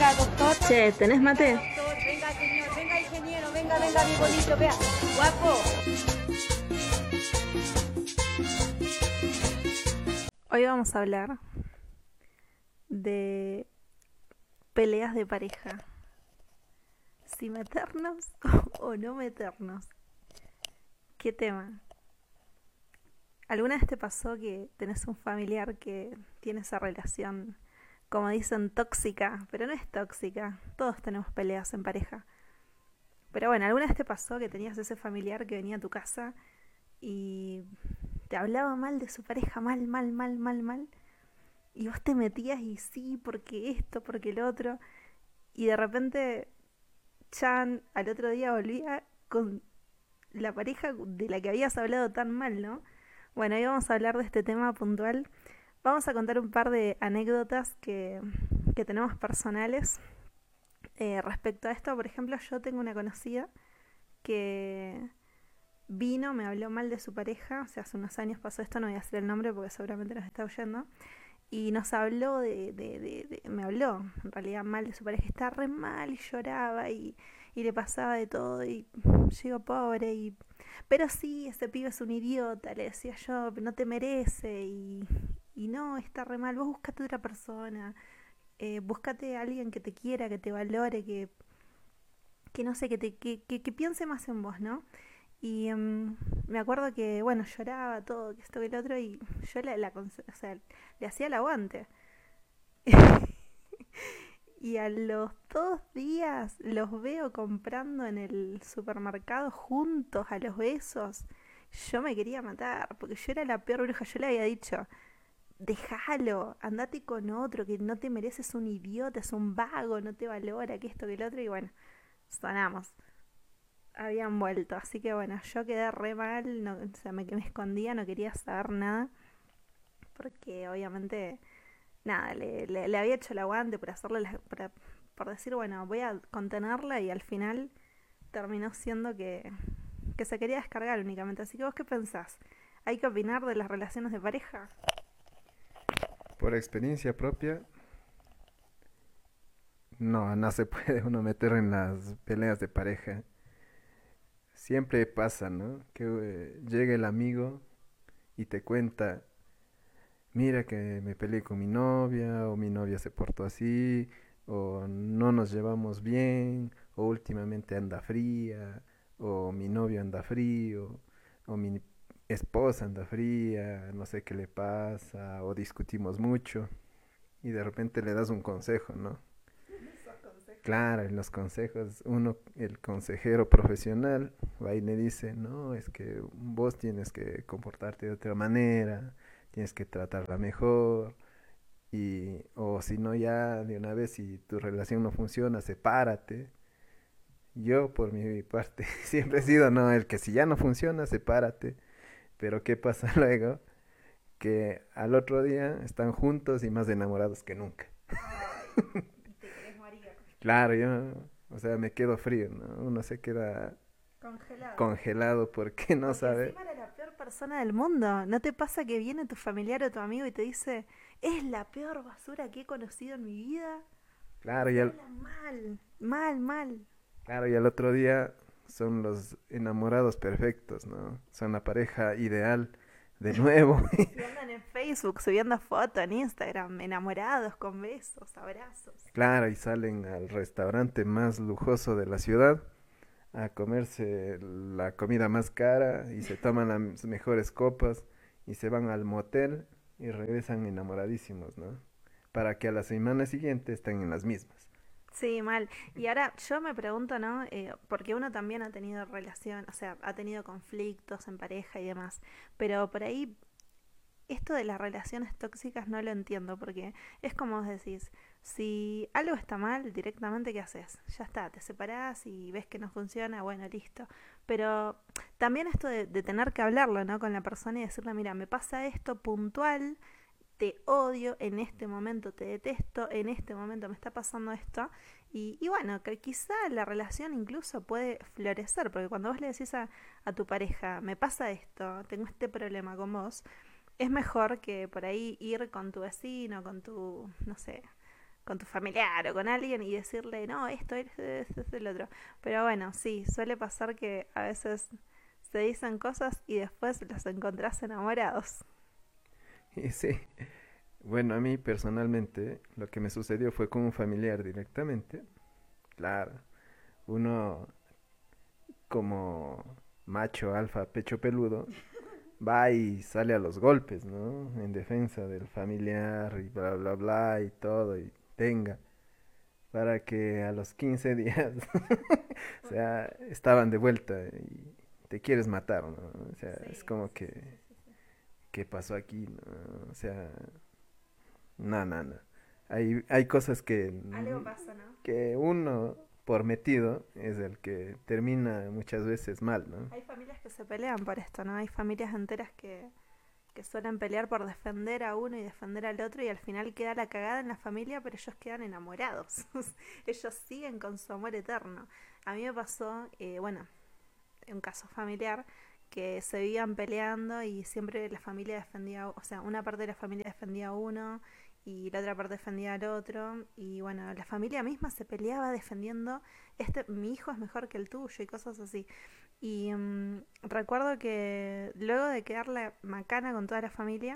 venga doctor. Che, ¿tenés mate? Doctor, venga señor, venga ingeniero, venga mi bonito, vea. Guapo. Hoy vamos a hablar de peleas de pareja. Si meternos o no meternos. ¿Qué tema? ¿Alguna vez te pasó que tenés un familiar que tiene esa relación, como dicen, tóxica? Pero no es tóxica, todos tenemos peleas en pareja. Pero bueno, ¿alguna vez te pasó que tenías ese familiar que venía a tu casa y te hablaba mal de su pareja, mal? Y vos te metías y sí, porque esto, porque el otro. Y de repente, Chan al otro día volvía con la pareja de la que habías hablado tan mal, ¿no? Bueno, hoy vamos a hablar de este tema puntual. Vamos a contar un par de anécdotas que tenemos personales respecto a esto. Por ejemplo, yo tengo una conocida que vino, me habló mal de su pareja. O sea, hace unos años pasó esto, no voy a decir el nombre porque seguramente nos está oyendo. Y nos habló me habló en realidad mal de su pareja, está re mal y lloraba y le pasaba de todo y llegó pobre pero sí, ese pibe es un idiota, le decía yo, no te merece y no, está re mal, vos buscate otra persona, búscate a alguien que te quiera, que te valore, que no sé, que piense más en vos, ¿no? Y me acuerdo que, bueno, lloraba todo, que esto que el otro, y yo o sea, le hacía el aguante. Y a los 2 días los veo comprando en el supermercado juntos, a los besos. Yo me quería matar, porque yo era la peor bruja. Yo le había dicho, déjalo, andate con otro, que no te mereces, un idiota, es un vago, no te valora, que esto, que el otro, y bueno, sonamos. Habían vuelto, así que bueno, yo quedé re mal, no, o sea, me escondía, no quería saber nada, porque obviamente, nada, le había hecho el aguante por hacerle, por decir, bueno, voy a contenerla, y al final terminó siendo que se quería descargar únicamente. Así que vos, ¿qué pensás? ¿Hay que opinar de las relaciones de pareja? Por experiencia propia, no se puede uno meter en las peleas de pareja. Siempre pasa, ¿no? Que llega el amigo y te cuenta, mira que me peleé con mi novia, o mi novia se portó así, o no nos llevamos bien, o últimamente anda fría, o mi novio anda frío, o mi esposa anda fría, no sé qué le pasa, o discutimos mucho, y de repente le das un consejo, ¿no? Claro, en los consejos, uno, el consejero profesional, va y le dice, no, es que vos tienes que comportarte de otra manera, tienes que tratarla mejor, o si no, ya de una vez, si tu relación no funciona, sepárate. Yo, por mi parte, siempre he sido, no, el que si ya no funciona, sepárate. Pero ¿qué pasa luego? Que al otro día están juntos y más enamorados que nunca. Ay, te crees María. Claro, yo, o sea, me quedo frío, ¿no? Uno se queda Congelado. congelado porque no Porque sabe. encima era la peor persona del mundo. ¿No te pasa que viene tu familiar o tu amigo y te dice, es la peor basura que he conocido en mi vida? Claro, Te habla mal. claro, y al otro día son los enamorados perfectos, ¿no? Son la pareja ideal de nuevo. Y andan en Facebook subiendo fotos, en Instagram, enamorados, con besos, abrazos. Claro, y salen al restaurante más lujoso de la ciudad a comerse la comida más cara y se toman las mejores copas y se van al motel y regresan enamoradísimos, ¿no? Para que a la semana siguiente estén en las mismas. Sí, mal. Y ahora yo me pregunto, ¿no? Porque uno también ha tenido relación, o sea, ha tenido conflictos en pareja y demás. Pero por ahí, esto de las relaciones tóxicas no lo entiendo, porque es como vos decís, si algo está mal, directamente, ¿qué haces? Ya está, te separás y ves que no funciona, bueno, listo. Pero también esto de tener que hablarlo, ¿no? Con la persona y decirle, mira, me pasa esto puntual, te odio, en este momento te detesto, en este momento me está pasando esto. Y bueno, que quizá la relación incluso puede florecer, porque cuando vos le decís a tu pareja, me pasa esto, tengo este problema con vos, es mejor que por ahí ir con tu vecino, con tu, no sé, con tu familiar o con alguien y decirle, no, esto es el otro. Pero bueno, sí, suele pasar que a veces se dicen cosas y después los encontrás enamorados. Y sí, bueno, a mí personalmente lo que me sucedió fue con un familiar directamente. Claro, uno como macho alfa pecho peludo va y sale a los golpes, ¿no? En defensa del familiar y bla, bla, bla y todo y tenga. Para que a los 15 días, o sea, estaban de vuelta y te quieres matar, ¿no? O sea, es Sí, como sí, sí, que, sí, sí. ¿qué pasó aquí? ¿No? O sea, no, no, no. Hay cosas Algo pasa, ¿no? que uno, por metido, es el que termina muchas veces mal, ¿no? Hay familias que se pelean por esto, ¿no? Hay familias enteras que suelen pelear por defender a uno y defender al otro y al final queda la cagada en la familia, pero ellos quedan enamorados. Ellos siguen con su amor eterno. A mí me pasó, bueno, un caso familiar que se vivían peleando y siempre la familia defendía, o sea, una parte de la familia defendía a uno y la otra parte defendía al otro y bueno, la familia misma se peleaba defendiendo mi hijo es mejor que el tuyo y cosas así. Y recuerdo que luego de quedar la macana con toda la familia,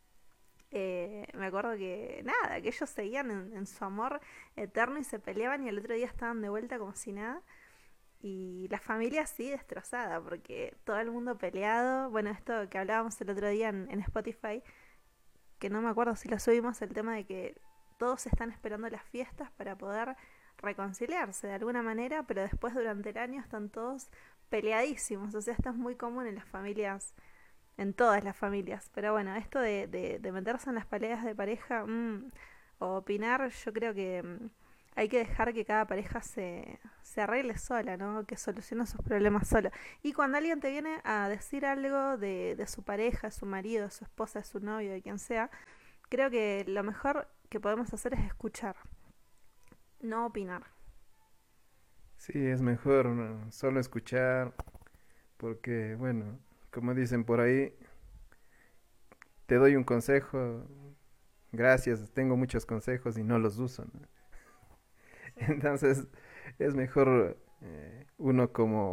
me acuerdo que nada, que ellos seguían en su amor eterno y se peleaban y el otro día estaban de vuelta como si nada. Y la familia así destrozada, porque todo el mundo peleado. Bueno, esto que hablábamos el otro día en Spotify, que no me acuerdo si lo subimos, el tema de que todos están esperando las fiestas para poder reconciliarse de alguna manera, pero después durante el año están todos peleadísimos. O sea, esto es muy común en las familias, en todas las familias. Pero bueno, esto de meterse en las peleas de pareja o opinar, yo creo que hay que dejar que cada pareja se arregle sola, ¿no? Que solucione sus problemas sola. Y cuando alguien te viene a decir algo de su pareja, de su marido, de su esposa, de su novio, de quien sea, creo que lo mejor que podemos hacer es escuchar, no opinar. Sí, es mejor, ¿no? Solo escuchar, porque, bueno, como dicen por ahí, te doy un consejo, gracias, tengo muchos consejos y no los uso, ¿no? Sí. Entonces, es mejor uno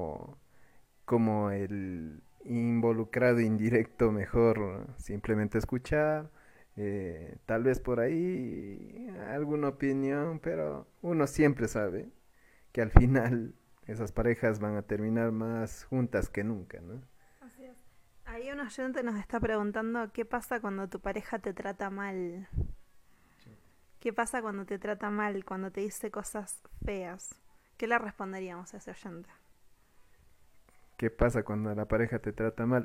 como el involucrado indirecto, mejor simplemente escuchar, tal vez por ahí alguna opinión, pero uno siempre sabe que al final esas parejas van a terminar más juntas que nunca, ¿no? Así es. Ahí un oyente nos está preguntando qué pasa cuando tu pareja te trata mal. ¿Qué pasa cuando te trata mal, cuando te dice cosas feas? ¿Qué le responderíamos a ese oyente? ¿Qué pasa cuando la pareja te trata mal?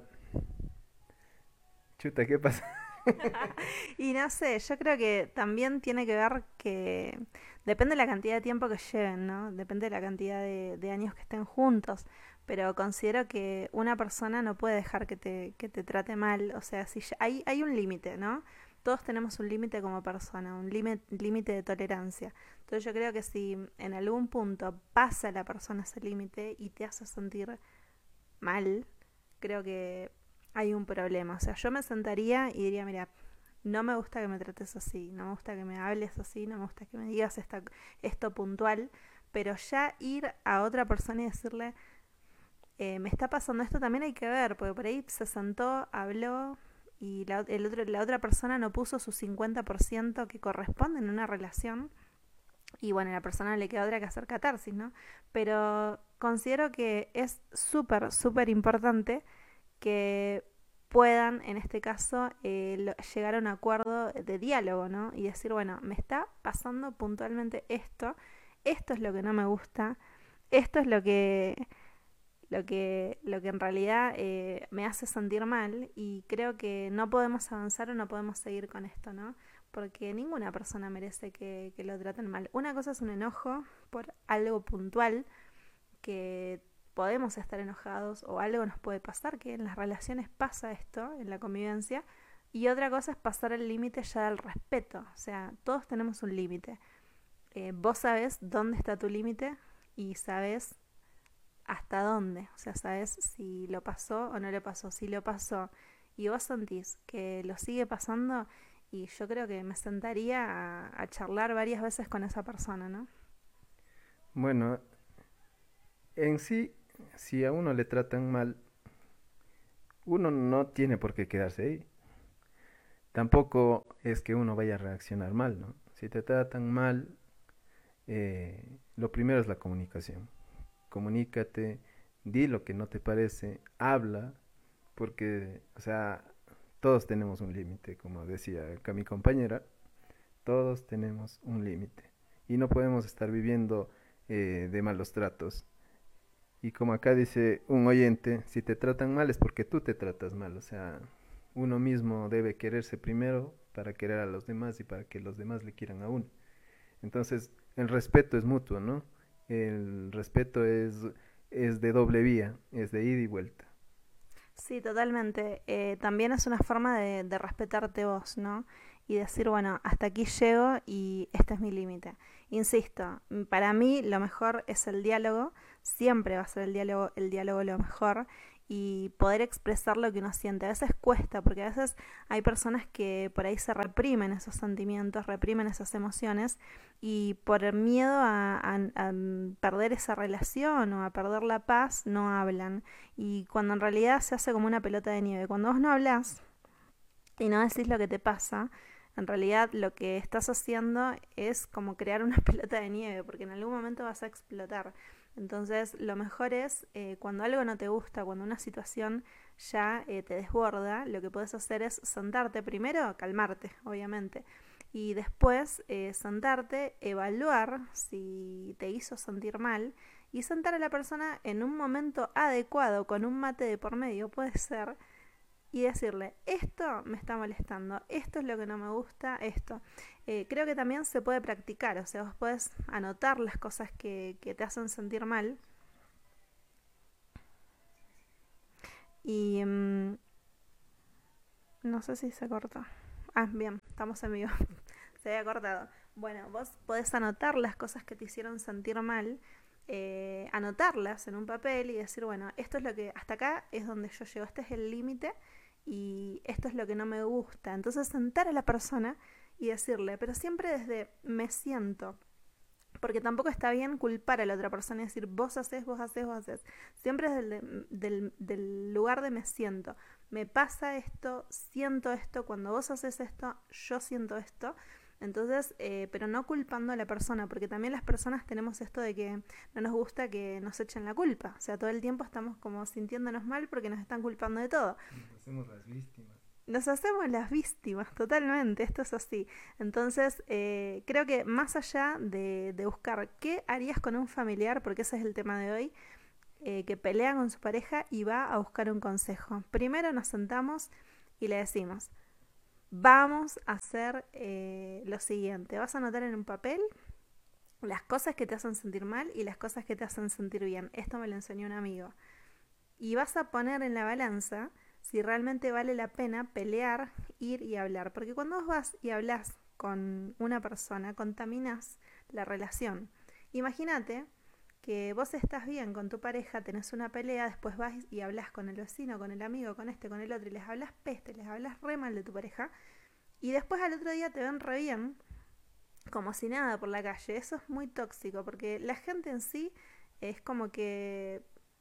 Chuta, ¿qué pasa? Y no sé, yo creo que también tiene que ver que depende de la cantidad de tiempo que lleven, ¿no? Depende de la cantidad de años que estén juntos. Pero considero que una persona no puede dejar que te trate mal. O sea, si hay un límite, ¿no? Todos tenemos un límite como persona, un límite de tolerancia. Entonces yo creo que si en algún punto pasa la persona ese límite y te hace sentir mal, creo que hay un problema. O sea, yo me sentaría y diría, mira, no me gusta que me trates así, no me gusta que me hables así, no me gusta que me digas esto puntual, pero ya ir a otra persona y decirle, me está pasando esto también hay que ver, porque por ahí se sentó, habló y la otra persona no puso su 50% que corresponde en una relación y bueno, a la persona le queda otra que hacer catarsis, ¿no? Pero considero que es súper, súper importante que puedan, en este caso, llegar a un acuerdo de diálogo, ¿no? Y decir, bueno, me está pasando puntualmente esto es lo que no me gusta, esto es lo que en realidad me hace sentir mal y creo que no podemos avanzar o no podemos seguir con esto, ¿no? Porque ninguna persona merece que lo traten mal. Una cosa es un enojo por algo puntual que podemos estar enojados o algo nos puede pasar, que en las relaciones pasa esto, en la convivencia, y otra cosa es pasar el límite ya del respeto, o sea, todos tenemos un límite. Vos sabés dónde está tu límite y sabés hasta dónde, o sea, sabés si lo pasó o no lo pasó, si lo pasó y vos sentís que lo sigue pasando y yo creo que me sentaría a charlar varias veces con esa persona, ¿no? Bueno, en sí, si a uno le tratan mal, uno no tiene por qué quedarse ahí. Tampoco es que uno vaya a reaccionar mal, ¿no? Si te tratan mal, lo primero es la comunicación. Comunícate, di lo que no te parece, habla, porque, o sea, todos tenemos un límite, como decía acá mi compañera, todos tenemos un límite y no podemos estar viviendo de malos tratos. Y como acá dice un oyente, si te tratan mal es porque tú te tratas mal, o sea, uno mismo debe quererse primero para querer a los demás y para que los demás le quieran a uno. Entonces, el respeto es mutuo, ¿no? El respeto es de doble vía, es de ida y vuelta. Sí, totalmente. También es una forma de respetarte vos, ¿no? Y decir, bueno, hasta aquí llego y este es mi límite. Insisto, para mí lo mejor es el diálogo, siempre va a ser el diálogo lo mejor y poder expresar lo que uno siente. A veces cuesta, porque a veces hay personas que por ahí se reprimen esos sentimientos, reprimen esas emociones y por el miedo a perder esa relación o a perder la paz no hablan. Y cuando en realidad se hace como una pelota de nieve. Cuando vos no hablas y no decís lo que te pasa, en realidad lo que estás haciendo es como crear una pelota de nieve, porque en algún momento vas a explotar. Entonces lo mejor es cuando algo no te gusta, cuando una situación ya te desborda, lo que puedes hacer es sentarte primero, calmarte, obviamente, y después sentarte, evaluar si te hizo sentir mal y sentar a la persona en un momento adecuado, con un mate de por medio, puede ser, y decirle, esto me está molestando, esto es lo que no me gusta, esto. Creo que también se puede practicar, o sea, vos podés anotar las cosas que te hacen sentir mal y no sé si se cortó. Ah, bien, estamos en vivo. Se había cortado. Bueno, vos podés anotar las cosas que te hicieron sentir mal, anotarlas en un papel y decir, bueno, esto es lo que, hasta acá es donde yo llego, este es el límite y esto es lo que no me gusta. Entonces sentar a la persona y decirle, pero siempre desde me siento, porque tampoco está bien culpar a la otra persona y decir vos haces, vos haces, vos haces. Siempre es del lugar de me siento. Me pasa esto, siento esto, cuando vos haces esto, yo siento esto. Entonces, pero no culpando a la persona, porque también las personas tenemos esto de que no nos gusta que nos echen la culpa. O sea, todo el tiempo estamos como sintiéndonos mal porque nos están culpando de todo. Nos hacemos las víctimas. Nos hacemos las víctimas, totalmente, esto es así. Entonces, creo que más allá de buscar qué harías con un familiar, porque ese es el tema de hoy, que pelea con su pareja y va a buscar un consejo. Primero nos sentamos y le decimos, vamos a hacer lo siguiente, vas a anotar en un papel las cosas que te hacen sentir mal y las cosas que te hacen sentir bien. Esto me lo enseñó un amigo. Y vas a poner en la balanza si realmente vale la pena pelear, ir y hablar. Porque cuando vos vas y hablas con una persona, contaminas la relación. Imagínate que vos estás bien con tu pareja, tenés una pelea, después vas y hablas con el vecino, con el amigo, con este, con el otro, y les hablas peste, les hablas re mal de tu pareja, y después al otro día te ven re bien, como si nada por la calle. Eso es muy tóxico, porque la gente en sí es como que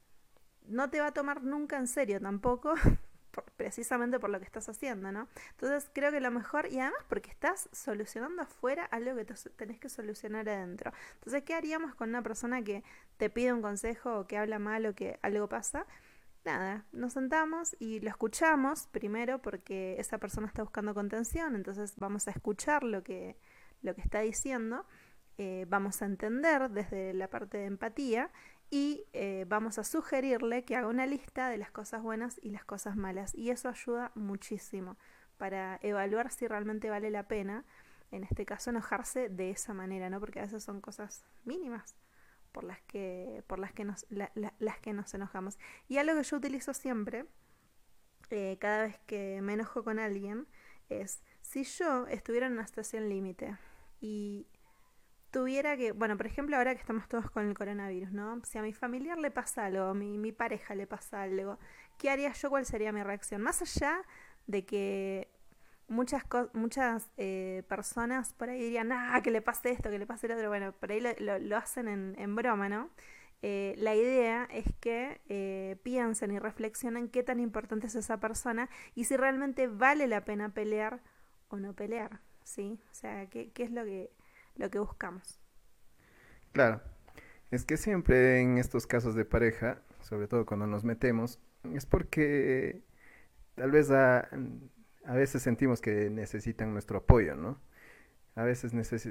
no te va a tomar nunca en serio tampoco, precisamente por lo que estás haciendo, ¿no? Entonces creo que lo mejor, y además porque estás solucionando afuera algo que tenés que solucionar adentro. Entonces, ¿qué haríamos con una persona que te pide un consejo o que habla mal o que algo pasa? Nada, nos sentamos y lo escuchamos primero porque esa persona está buscando contención, entonces vamos a escuchar lo que está diciendo, vamos a entender desde la parte de empatía y vamos a sugerirle que haga una lista de las cosas buenas y las cosas malas. Y eso ayuda muchísimo para evaluar si realmente vale la pena, en este caso, enojarse de esa manera, ¿no? Porque a veces son cosas mínimas las que nos enojamos. Y algo que yo utilizo siempre, cada vez que me enojo con alguien, es si yo estuviera en una situación límite y tuviera que, bueno, por ejemplo, ahora que estamos todos con el coronavirus, ¿no? Si a mi familiar le pasa algo, a mi pareja le pasa algo, ¿qué haría yo? ¿Cuál sería mi reacción? Más allá de que muchas personas por ahí dirían, ah, que le pase esto, que le pase lo otro. Bueno, por ahí lo hacen en broma, ¿no? La idea es que piensen y reflexionen qué tan importante es esa persona y si realmente vale la pena pelear o no pelear, ¿sí? O sea, qué es lo que buscamos. Claro, es que siempre en estos casos de pareja, sobre todo cuando nos metemos, es porque tal vez a veces sentimos que necesitan nuestro apoyo, ¿no? A veces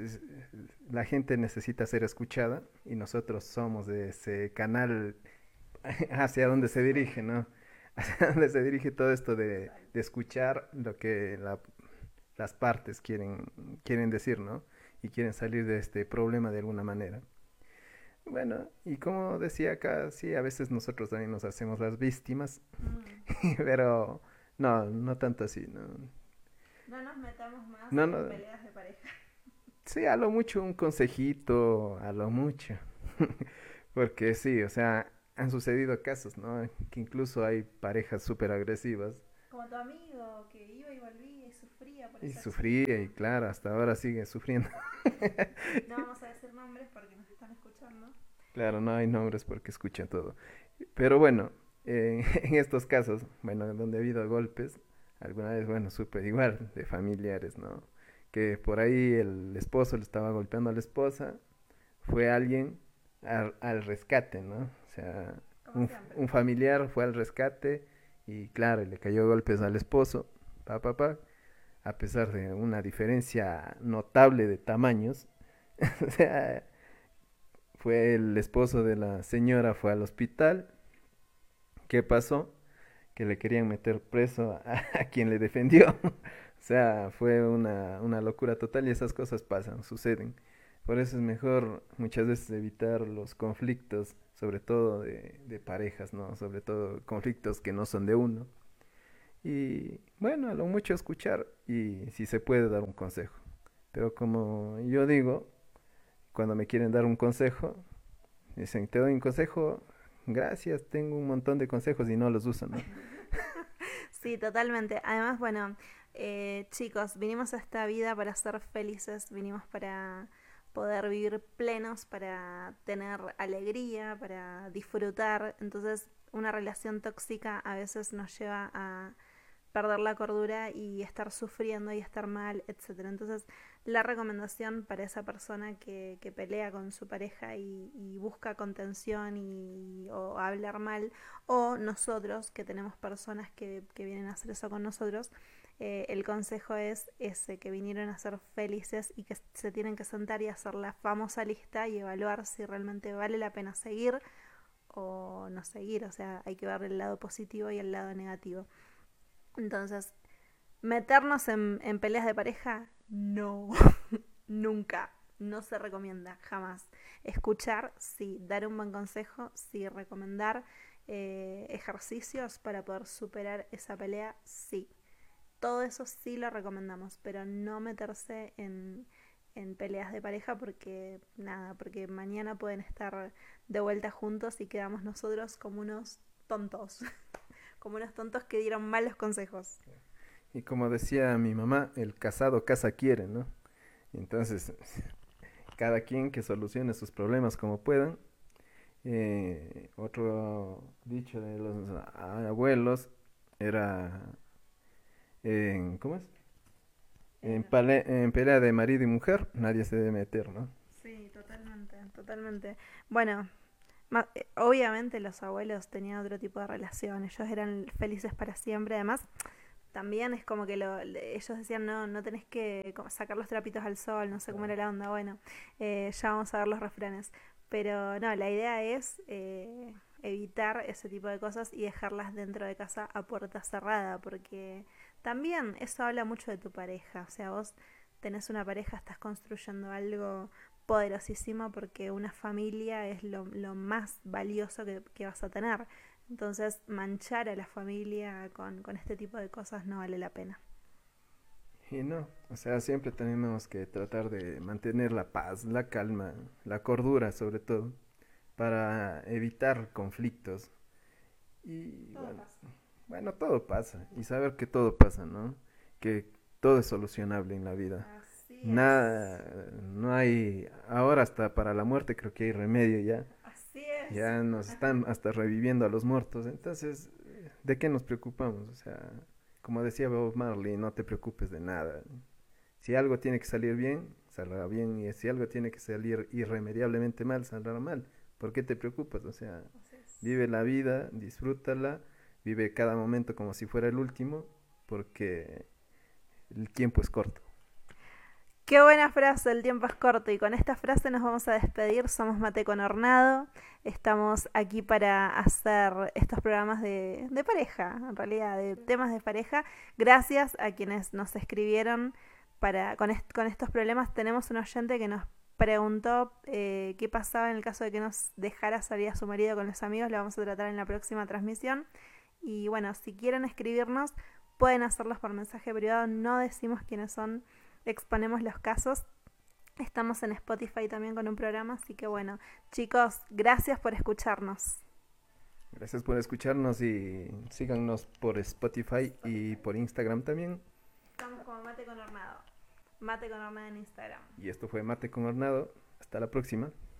la gente necesita ser escuchada y nosotros somos de ese canal hacia donde se dirige, ¿no? Hacia donde se dirige todo esto de escuchar lo que las partes quieren decir, ¿no? Y quieren salir de este problema de alguna manera. Bueno, y como decía acá, sí, a veces nosotros también nos hacemos las víctimas, Mm. pero no, no tanto así, no. No nos metamos más No, en no, peleas de pareja. sí, a lo mucho un consejito, a lo mucho. Porque sí, o sea, han sucedido casos, ¿no? Que incluso hay parejas súper agresivas Como tu amigo que iba y volvía y sufría por y esa sufría y chica. claro, hasta ahora sigue sufriendo. No vamos a decir nombres porque nos están escuchando. Claro, no hay nombres porque escuchan todo. Pero bueno, en estos casos, bueno, donde ha habido golpes, alguna vez, bueno, supe igual de familiares, ¿no? Que por ahí el esposo le estaba golpeando a la esposa, fue alguien al rescate, ¿no? O sea, Como siempre. un familiar fue al rescate y claro, le cayó golpes al esposo, pa, a pesar de una diferencia notable de tamaños. O sea, fue el esposo de la señora, fue al hospital. ¿Qué pasó? Que le querían meter preso a quien le defendió. O sea, fue una locura total y esas cosas pasan, suceden. Por eso es mejor muchas veces evitar los conflictos, sobre todo de parejas, ¿no? Sobre todo conflictos que no son de uno. Y bueno, a lo mucho escuchar y si se puede dar un consejo. Pero como yo digo, cuando me quieren dar un consejo, dicen, te doy un consejo, gracias, tengo un montón de consejos y no los uso, ¿no? Sí, totalmente. Además, bueno, chicos, vinimos a esta vida para ser felices, vinimos para poder vivir plenos, para tener alegría, para disfrutar. Entonces, una relación tóxica a veces nos lleva a perder la cordura y estar sufriendo y estar mal, etcétera. Entonces, la recomendación para esa persona que pelea con su pareja y busca contención o hablar mal, o nosotros que tenemos personas que vienen a hacer eso con nosotros, el consejo es ese, que vinieron a ser felices y que se tienen que sentar y hacer la famosa lista y evaluar si realmente vale la pena seguir o no seguir, o sea, hay que ver el lado positivo y el lado negativo. Entonces, meternos en peleas de pareja, no, nunca, no se recomienda, jamás. Escuchar, sí, dar un buen consejo, sí, recomendar ejercicios para poder superar esa pelea, sí. Todo eso sí lo recomendamos, pero no meterse en peleas de pareja porque nada, porque mañana pueden estar de vuelta juntos y quedamos nosotros como unos tontos, como unos tontos que dieron malos consejos. Y como decía mi mamá, el casado casa quiere, ¿no? Entonces, cada quien que solucione sus problemas como puedan. Otro dicho de los abuelos era, ¿cómo es? En pelea de marido y mujer nadie se debe meter, ¿no? Sí, totalmente, totalmente. Bueno, obviamente los abuelos tenían otro tipo de relación, ellos eran felices para siempre, además también es como que ellos decían no, no tenés que sacar los trapitos al sol, no sé cómo era la onda, bueno, ya vamos a ver los refranes, pero no, la idea es evitar ese tipo de cosas y dejarlas dentro de casa a puerta cerrada, porque también eso habla mucho de tu pareja, o sea, vos tenés una pareja, estás construyendo algo poderosísimo porque una familia es lo más valioso que vas a tener. Entonces, manchar a la familia con este tipo de cosas no vale la pena. Y no, o sea, siempre tenemos que tratar de mantener la paz, la calma, la cordura sobre todo, para evitar conflictos. Y Todo bueno, pasa. bueno, todo pasa, y saber que todo pasa, ¿no? Que todo es solucionable en la vida. Así es. Nada, no hay, ahora hasta para la muerte creo que hay remedio ya. Así es. Ya nos están hasta reviviendo a los muertos. Entonces, ¿de qué nos preocupamos? O sea, como decía Bob Marley, no te preocupes de nada. Si algo tiene que salir bien, saldrá bien. Y si algo tiene que salir irremediablemente mal, saldrá mal. ¿Por qué te preocupas? O sea, Así es. vive la vida, disfrútala, vive cada momento como si fuera el último, porque el tiempo es corto. Qué buena frase, el tiempo es corto. Y con esta frase nos vamos a despedir. Somos Mate con Hornado. Estamos aquí para hacer estos programas de pareja, en realidad, de temas de pareja. Gracias a quienes nos escribieron con estos problemas. Tenemos un oyente que nos preguntó qué pasaba en el caso de que nos dejara salir a su marido con los amigos. Lo vamos a tratar en la próxima transmisión. Y bueno, si quieren escribirnos, pueden hacerlos por mensaje privado. No decimos quiénes son, exponemos los casos. Estamos en Spotify también con un programa, así que bueno, chicos, gracias por escucharnos. Gracias por escucharnos y síganos por Spotify y por Instagram también. Estamos como Mate con Hornado. Mate con Hornado en Instagram. Y esto fue Mate con Hornado. Hasta la próxima.